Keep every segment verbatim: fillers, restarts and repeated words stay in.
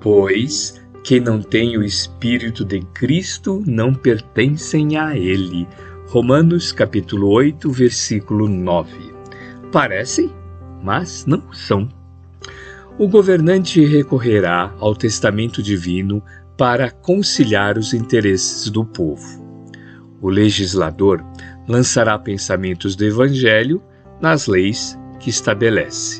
pois quem não tem o Espírito de Cristo não pertencem a Ele. Romanos capítulo oito, versículo nove. Parecem, mas não são. O governante recorrerá ao testamento divino para conciliar os interesses do povo. O legislador lançará pensamentos do Evangelho nas leis que estabelece.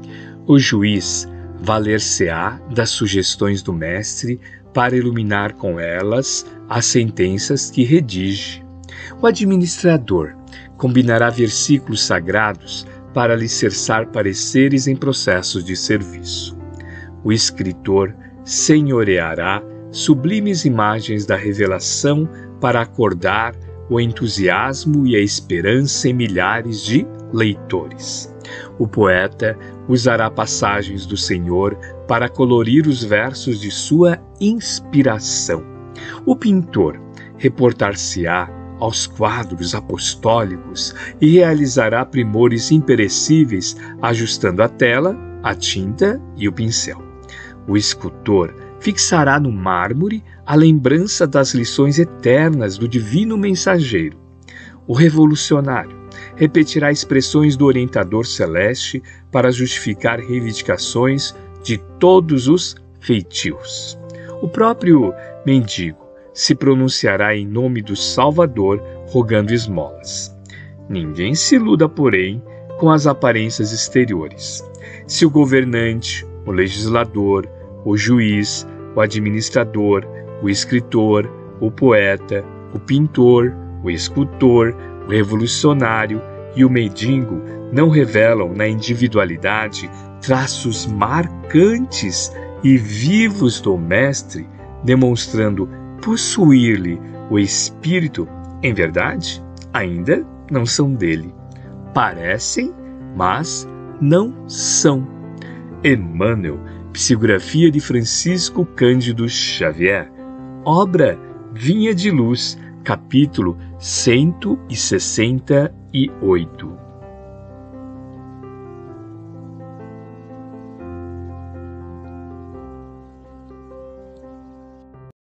O juiz valer-se-á das sugestões do mestre para iluminar com elas as sentenças que redige. O administrador combinará versículos sagrados para alicerçar pareceres em processos de serviço. O escritor senhoreará sublimes imagens da revelação para acordar o entusiasmo e a esperança em milhares de leitores. O poeta usará passagens do Senhor para colorir os versos de sua inspiração. O pintor reportar-se-á aos quadros apostólicos e realizará primores imperecíveis, ajustando a tela, a tinta e o pincel. O escultor fixará no mármore a lembrança das lições eternas do divino mensageiro. O revolucionário repetirá expressões do orientador celeste para justificar reivindicações de todos os feitios. O próprio mendigo se pronunciará em nome do Salvador, rogando esmolas. Ninguém se iluda, porém, com as aparências exteriores. Se o governante, o legislador, o juiz, o administrador, o escritor, o poeta, o pintor, o escultor, o revolucionário e o mendigo não revelam na individualidade traços marcantes e vivos do mestre, demonstrando possuir-lhe o espírito, em verdade, ainda não são dele. Parecem, mas não são. Emmanuel, psicografia de Francisco Cândido Xavier, obra Vinha de Luz, capítulo cento e sessenta e oito.